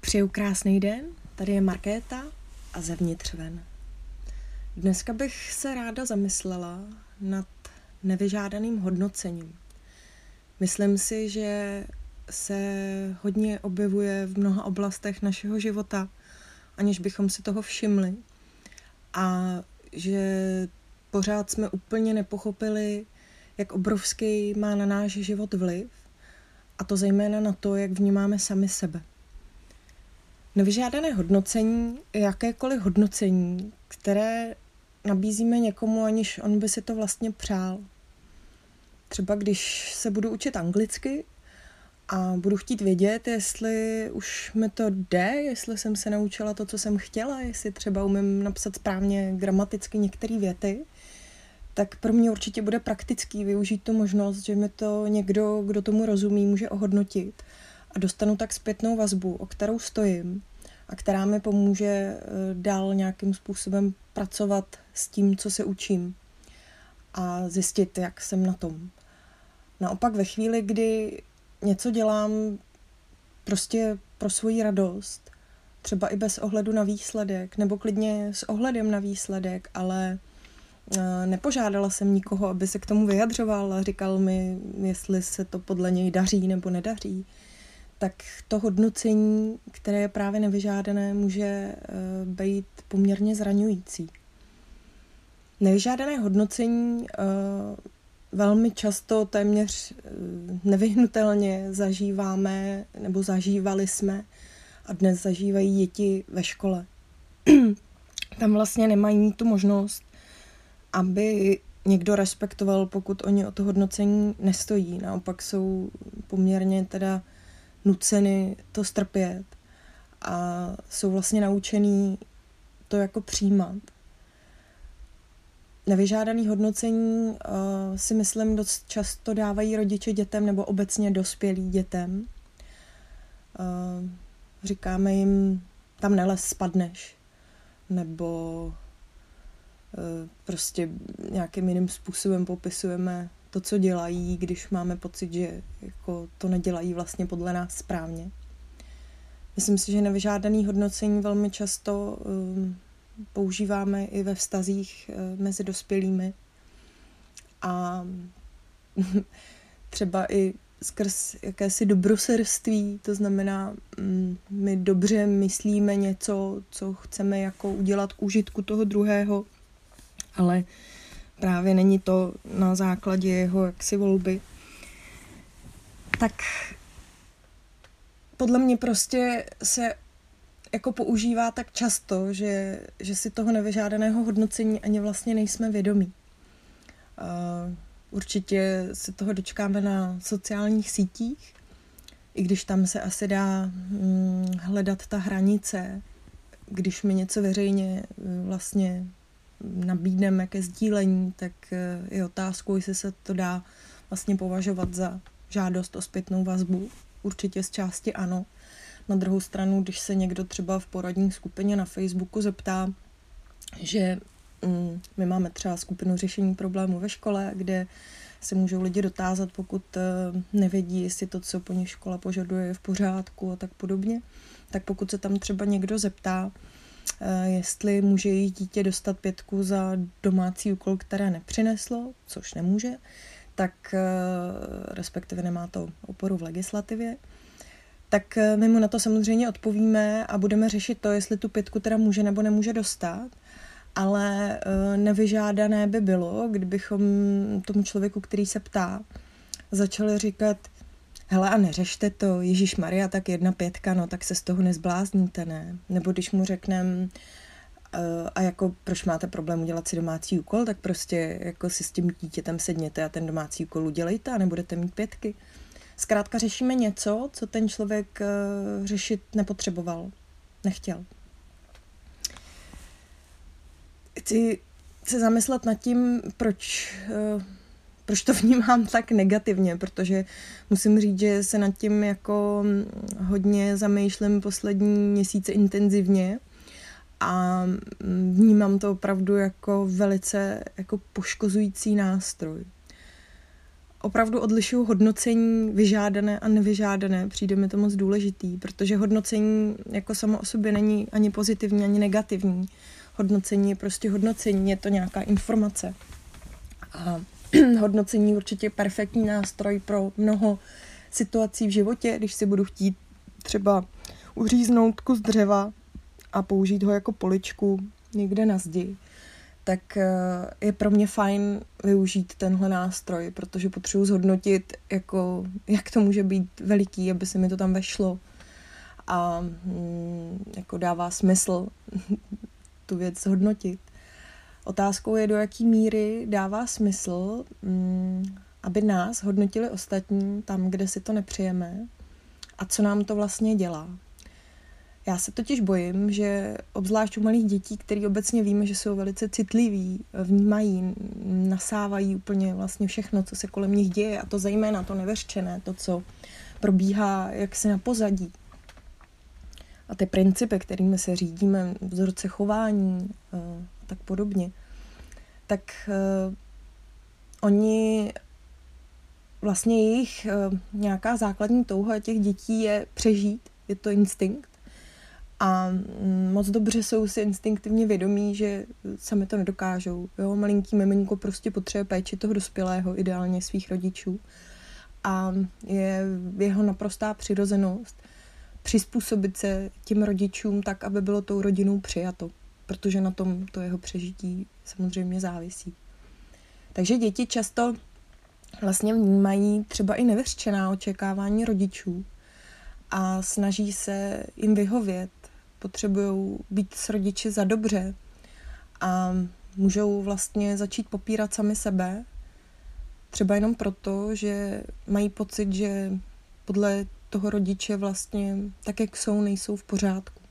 Přeju krásný den, tady je Markéta a zevnitř ven. Dneska bych se ráda zamyslela nad nevyžádaným hodnocením. Myslím si, že se hodně objevuje v mnoha oblastech našeho života, aniž bychom si toho všimli. A že pořád jsme úplně nepochopili, jak obrovský má na náš život vliv, a to zejména na to, jak vnímáme sami sebe. Nevyžádané hodnocení je jakékoliv hodnocení, které nabízíme někomu, aniž on by si to vlastně přál. Třeba když se budu učit anglicky a budu chtít vědět, jestli už mi to jde, jestli jsem se naučila to, co jsem chtěla, jestli třeba umím napsat správně gramaticky některé věty, tak pro mě určitě bude praktický využít tu možnost, že mi to někdo, kdo tomu rozumí, může ohodnotit a dostanu tak zpětnou vazbu, o kterou stojím a která mi pomůže dál nějakým způsobem pracovat s tím, co se učím a zjistit, jak jsem na tom. Naopak ve chvíli, kdy něco dělám prostě pro svoji radost, třeba i bez ohledu na výsledek, nebo klidně s ohledem na výsledek, ale nepožádala jsem nikoho, aby se k tomu vyjadřoval a říkal mi, jestli se to podle něj daří nebo nedaří, tak to hodnocení, které je právě nevyžádané, může být poměrně zraňující. Nevyžádané hodnocení velmi často, téměř nevyhnutelně zažíváme nebo zažívali jsme a dnes zažívají děti ve škole. Tam vlastně nemají tu možnost, aby někdo respektoval, pokud oni o to hodnocení nestojí. Naopak jsou poměrně teda nuceny to strpět a jsou vlastně naučený to jako přijímat. Nevyžádaný hodnocení si myslím dost často dávají rodiče dětem nebo obecně dospělí dětem. Říkáme jim, tam nelez, spadneš. Nebo prostě nějakým jiným způsobem popisujeme to, co dělají, když máme pocit, že jako to nedělají vlastně podle nás správně. Myslím si, že nevyžádaný hodnocení velmi často používáme i ve vztazích mezi dospělými a třeba i skrz jakési dobroserství, to znamená, my dobře myslíme něco, co chceme jako udělat k užitku toho druhého, ale právě není to na základě jeho jaksi volby. Tak podle mě prostě se jako používá tak často, že si toho nevyžádaného hodnocení ani vlastně nejsme vědomí. Určitě se toho dočkáme na sociálních sítích, i když tam se asi dá hledat ta hranice, když mi něco veřejně vlastně nabídneme ke sdílení, tak je otázkou, jestli se to dá vlastně považovat za žádost o zpětnou vazbu. Určitě z části ano. Na druhou stranu, když se někdo třeba v poradní skupině na Facebooku zeptá, že my máme třeba skupinu řešení problémů ve škole, kde se můžou lidi dotázat, pokud nevědí, jestli to, co po nich škola požaduje, je v pořádku a tak podobně, tak pokud se tam třeba někdo zeptá, jestli může jejich dítě dostat 5 za domácí úkol, které nepřineslo, což nemůže, tak respektive nemá to oporu v legislativě, tak my mu na to samozřejmě odpovíme a budeme řešit to, jestli tu 5 teda může nebo nemůže dostat, ale nevyžádané by bylo, kdybychom tomu člověku, který se ptá, začali říkat, hele, a neřešte to, Ježišmarja, tak 1,5, no tak se z toho nezblázníte, ne? Nebo když mu řekneme, a jako proč máte problém udělat si domácí úkol, tak prostě jako si s tím dítětem sedněte a ten domácí úkol udělejte a nebudete mít 5. Zkrátka řešíme něco, co ten člověk řešit nepotřeboval, nechtěl. Chci se zamyslet nad tím, proč to vnímám tak negativně, protože musím říct, že se nad tím jako hodně zamýšlím poslední měsíce intenzivně a vnímám to opravdu jako velice jako poškozující nástroj. opravdu odlišuju hodnocení vyžádané a nevyžádané. Přijde mi to moc důležitý, protože hodnocení jako samo o sobě není ani pozitivní, ani negativní. Hodnocení je prostě hodnocení, je to nějaká informace. A hodnocení je určitě perfektní nástroj pro mnoho situací v životě, když si budu chtít třeba uříznout kus dřeva a použít ho jako poličku někde na zdi, tak je pro mě fajn využít tenhle nástroj, protože potřebuji zhodnotit, jako, jak to může být veliký, aby se mi to tam vešlo. A jako dává smysl tu věc zhodnotit. Otázkou je, do jaký míry dává smysl, aby nás hodnotili ostatní tam, kde si to nepřejeme a co nám to vlastně dělá. Já se totiž bojím, že obzvlášť u malých dětí, který obecně víme, že jsou velice citliví, vnímají, nasávají úplně vlastně všechno, co se kolem nich děje, a to zejména to nevyřčené, to, co probíhá jaksi na pozadí. A ty principy, kterými se řídíme, vzorce chování a tak podobně, tak oni vlastně jejich nějaká základní touha těch dětí je přežít, je to instinkt. A moc dobře jsou si instinktivně vědomí, že sami to nedokážou. Jo? Malinký miminko prostě potřebuje péči toho dospělého, ideálně svých rodičů. A je jeho naprostá přirozenost přizpůsobit se těm rodičům tak, aby bylo tou rodinou přijato. Protože na tom to jeho přežití samozřejmě závisí. Takže děti často vlastně vnímají třeba i nevyřčená očekávání rodičů a snaží se jim vyhovět. Potřebují být s rodiči za dobře a můžou vlastně začít popírat sami sebe, třeba jenom proto, že mají pocit, že podle toho rodiče vlastně tak, jak jsou, nejsou v pořádku.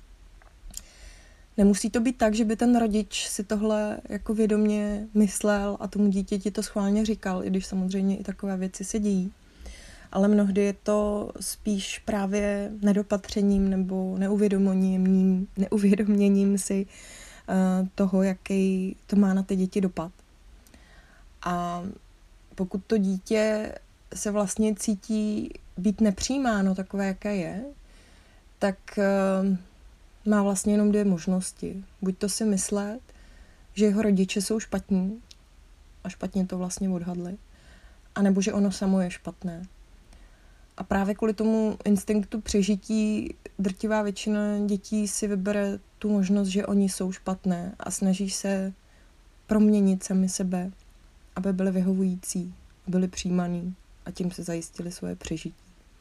Nemusí to být tak, že by ten rodič si tohle jako vědomě myslel a tomu dítěti to schválně říkal, i když samozřejmě i takové věci se dějí. Ale mnohdy je to spíš právě nedopatřením nebo neuvědoměním si toho, jaký to má na ty děti dopad. A pokud to dítě se vlastně cítí být nepřijímáno takové, jaké je, tak má vlastně jenom dvě možnosti. Buď to si myslet, že jeho rodiče jsou špatní a špatně to vlastně odhadli, anebo že ono samo je špatné. A právě kvůli tomu instinktu přežití drtivá většina dětí si vybere tu možnost, že oni jsou špatné a snaží se proměnit sami sebe, aby byli vyhovující, byli přijímaní a tím se zajistili svoje přežití.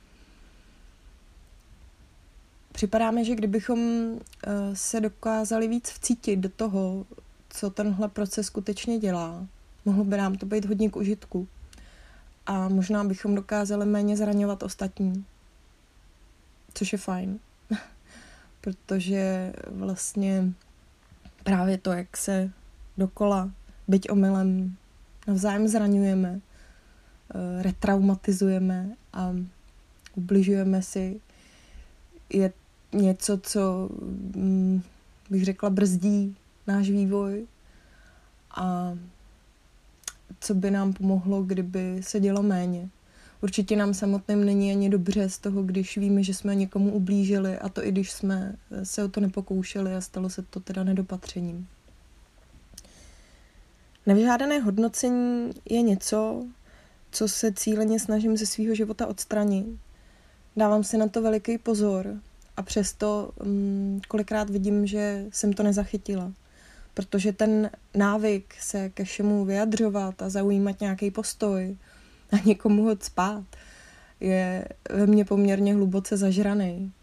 Připadá mi, že kdybychom se dokázali víc vcítit do toho, co tenhle proces skutečně dělá, mohlo by nám to být hodně k užitku. A možná bychom dokázali méně zraňovat ostatní. Což je fajn. Protože vlastně právě to, jak se dokola, byť omylem, navzájem zraňujeme, retraumatizujeme a ubližujeme si, je něco, co bych řekla brzdí náš vývoj a co by nám pomohlo, kdyby se dělo méně. Určitě nám samotným není ani dobře z toho, když víme, že jsme někomu ublížili, a to i když jsme se o to nepokoušeli a stalo se to teda nedopatřením. Nevyžádané hodnocení je něco, co se cíleně snažím ze svého života odstranit. Dávám si na to veliký pozor a přesto kolikrát vidím, že jsem to nezachytila. Protože ten návyk se ke všemu vyjadřovat a zaujímat nějaký postoj a někomu ho cpát je ve mně poměrně hluboce zažraný.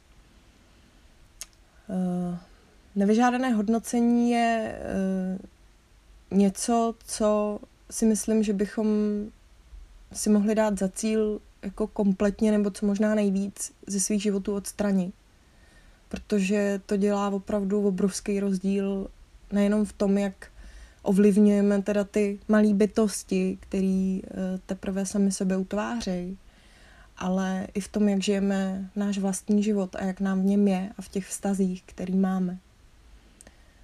Nevyžádané hodnocení je něco, co si myslím, že bychom si mohli dát za cíl jako kompletně nebo co možná nejvíc ze svých životů odstranit. Protože to dělá opravdu obrovský rozdíl nejenom v tom, jak ovlivňujeme teda ty malé bytosti, který teprve sami sebe utvářejí, ale i v tom, jak žijeme náš vlastní život a jak nám v něm je a v těch vztazích, který máme.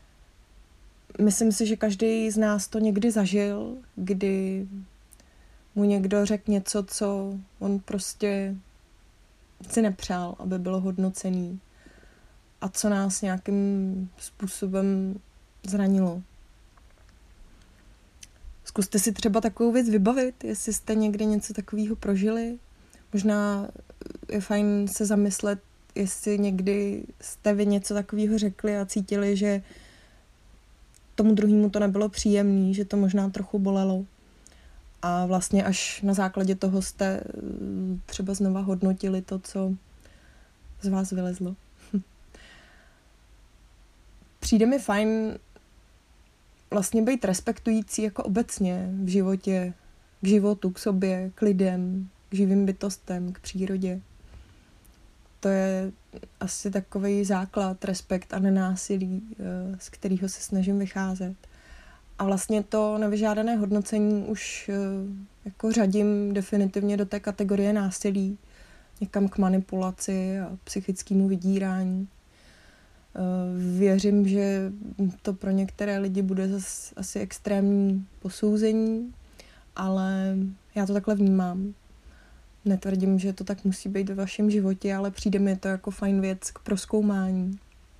Myslím si, že každý z nás to někdy zažil, kdy mu někdo řekl něco, co on prostě si nepřál, aby bylo hodnocený a co nás nějakým způsobem zranilo. Zkuste si třeba takovou věc vybavit, jestli jste někdy něco takového prožili. Možná je fajn se zamyslet, jestli někdy jste vy něco takového řekli a cítili, že tomu druhému to nebylo příjemné, že to možná trochu bolelo. A vlastně až na základě toho jste třeba znova hodnotili to, co z vás vylezlo. Přijde mi fajn vlastně být respektující jako obecně v životě, k životu, k sobě, k lidem, k živým bytostem, k přírodě. To je asi takový základ, respekt a nenásilí, z kterého se snažím vycházet. A vlastně to nevyžádané hodnocení už jako řadím definitivně do té kategorie násilí, někam k manipulaci a psychickému vydírání. Věřím, že to pro některé lidi bude zase asi extrémní posouzení, ale já to takhle vnímám. Netvrdím, že to tak musí být ve vašem životě, ale přijde mi to jako fajn věc k prozkoumání.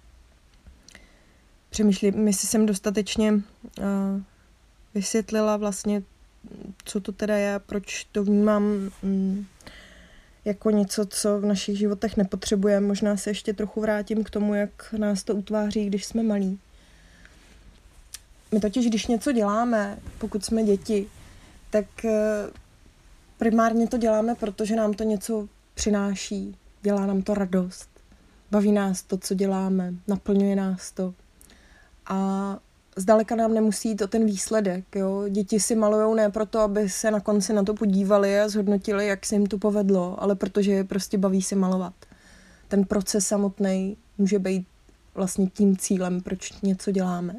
Přemýšlím, jestli jsem dostatečně vysvětlila vlastně, co to teda je, proč to vnímám jako něco, co v našich životech nepotřebujeme. Možná se ještě trochu vrátím k tomu, jak nás to utváří, když jsme malí. My totiž, když něco děláme, pokud jsme děti, tak primárně to děláme, protože nám to něco přináší. Dělá nám to radost. Baví nás to, co děláme. Naplňuje nás to. A zdaleka nám nemusí jít o ten výsledek. Jo? Děti si malujou ne proto, aby se na konci na to podívali a zhodnotili, jak se jim to povedlo, ale protože je prostě baví se malovat. Ten proces samotný může být vlastně tím cílem, proč něco děláme.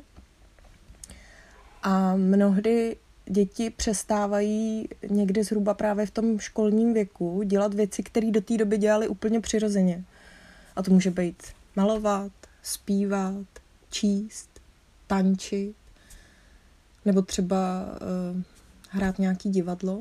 A mnohdy děti přestávají někdy zhruba právě v tom školním věku dělat věci, které do té doby dělali úplně přirozeně. A to může být malovat, zpívat, číst, tančit, nebo třeba hrát nějaký divadlo.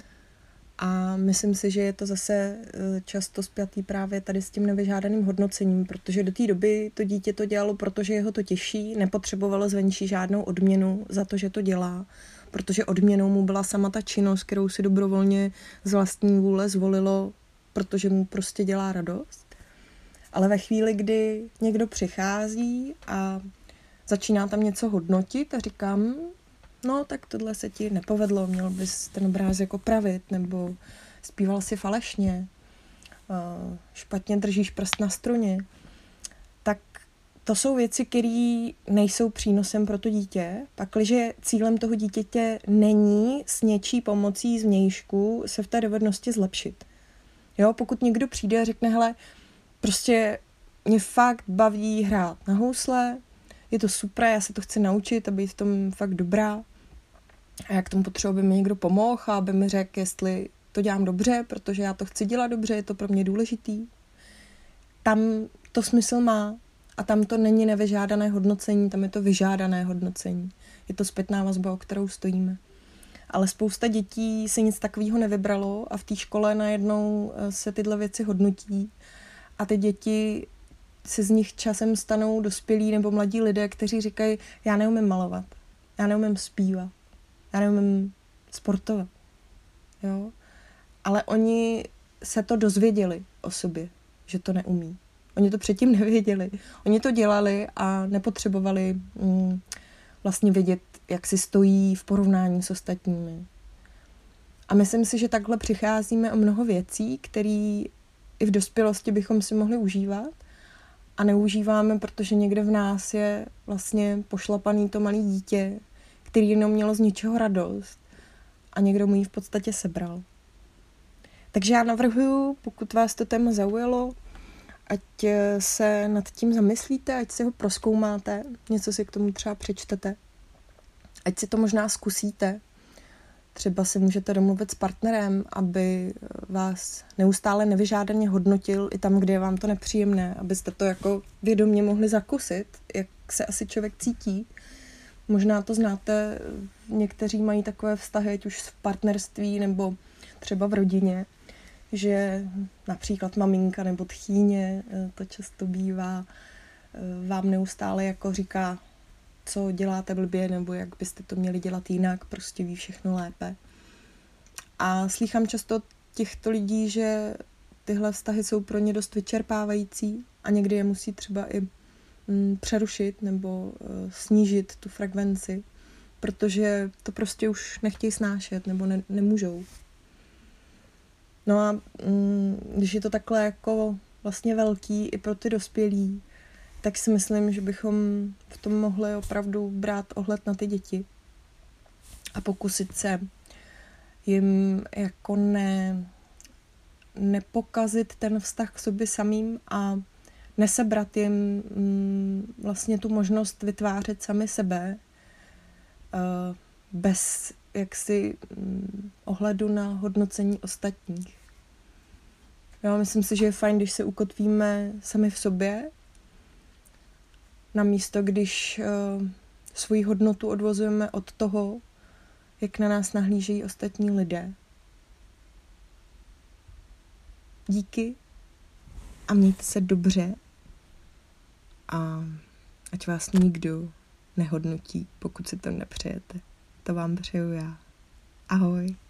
A myslím si, že je to zase často spjatý právě tady s tím nevyžádaným hodnocením, protože do té doby to dítě to dělalo, protože jeho to těší, nepotřebovalo zvenčí žádnou odměnu za to, že to dělá, protože odměnou mu byla sama ta činnost, kterou si dobrovolně z vlastní vůle zvolilo, protože mu prostě dělá radost. Ale ve chvíli, kdy někdo přichází a začíná tam něco hodnotit a říkám, no tak tohle se ti nepovedlo, měl bys ten obrázek opravit, nebo zpíval si falešně, špatně držíš prst na struně, tak to jsou věci, které nejsou přínosem pro to dítě, pakliže cílem toho dítěte není s něčí pomocí zvnějšku se v té dovednosti zlepšit. Jo, pokud někdo přijde a řekne, hele, prostě mě fakt baví hrát na housle, je to super, já se to chci naučit a být v tom fakt dobrá. A já k tomu potřebuji, aby mi někdo pomohl a aby mi řekl, jestli to dělám dobře, protože já to chci dělat dobře, je to pro mě důležitý. Tam to smysl má a tam to není nevyžádané hodnocení, tam je to vyžádané hodnocení. Je to zpětná vazba, o kterou stojíme. Ale spousta dětí se nic takového nevybralo a v té škole najednou se tyhle věci hodnotí a ty děti se z nich časem stanou dospělí nebo mladí lidé, kteří říkají, já neumím malovat, já neumím zpívat, já neumím sportovat. Jo? Ale oni se to dozvěděli o sobě, že to neumí. Oni to předtím nevěděli. Oni to dělali a nepotřebovali vlastně vědět, jak si stojí v porovnání s ostatními. A myslím si, že takhle přicházíme o mnoho věcí, které i v dospělosti bychom si mohli užívat a neužíváme, protože někde v nás je vlastně pošlapaný to malé dítě, který jenom mělo z ničeho radost a někdo mu ji v podstatě sebral. Takže já navrhuju, pokud vás to téma zaujalo, ať se nad tím zamyslíte, ať si ho prozkoumáte, něco si k tomu třeba přečtete, ať si to možná zkusíte. Třeba si můžete domluvit s partnerem, aby vás neustále nevyžádaně hodnotil i tam, kde je vám to nepříjemné, abyste to jako vědomě mohli zakusit, jak se asi člověk cítí, Možná to znáte, někteří mají takové vztahy, ať už v partnerství nebo třeba v rodině, že například maminka nebo tchýně, to často bývá, vám neustále jako říká, co děláte blbě nebo jak byste to měli dělat jinak, prostě ví všechno lépe. A slýchám často těchto lidí, že tyhle vztahy jsou pro ně dost vyčerpávající a někdy je musí třeba i přerušit nebo snížit tu frekvenci, protože to prostě už nechtějí snášet nebo nemůžou. No a když je to takhle jako vlastně velký i pro ty dospělí, tak si myslím, že bychom v tom mohli opravdu brát ohled na ty děti a pokusit se jim jako nepokazit ten vztah k sobě samým a nesebrat jim vlastně tu možnost vytvářet sami sebe bez jaksi ohledu na hodnocení ostatních. Já myslím si, že je fajn, když se ukotvíme sami v sobě, namísto když svoji hodnotu odvozujeme od toho, jak na nás nahlížejí ostatní lidé. Díky a mějte se dobře a ať vás nikdo nehodnotí, pokud si to nepřejete. To vám přeju já. Ahoj.